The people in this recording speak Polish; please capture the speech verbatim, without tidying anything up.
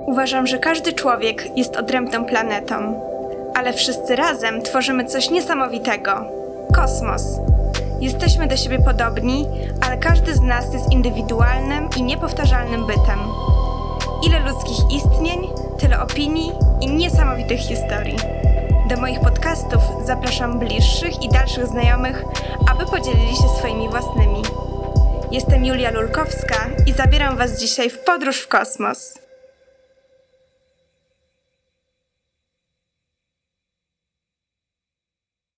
Uważam, że każdy człowiek jest odrębną planetą, ale wszyscy razem tworzymy coś niesamowitego – kosmos. Jesteśmy do siebie podobni, ale każdy z nas jest indywidualnym i niepowtarzalnym bytem. Ile ludzkich istnień, tyle opinii i niesamowitych historii. Do moich podcastów zapraszam bliższych i dalszych znajomych, aby podzielili się swoimi własnymi. Jestem Julia Lulkowska i zabieram Was dzisiaj w podróż w kosmos.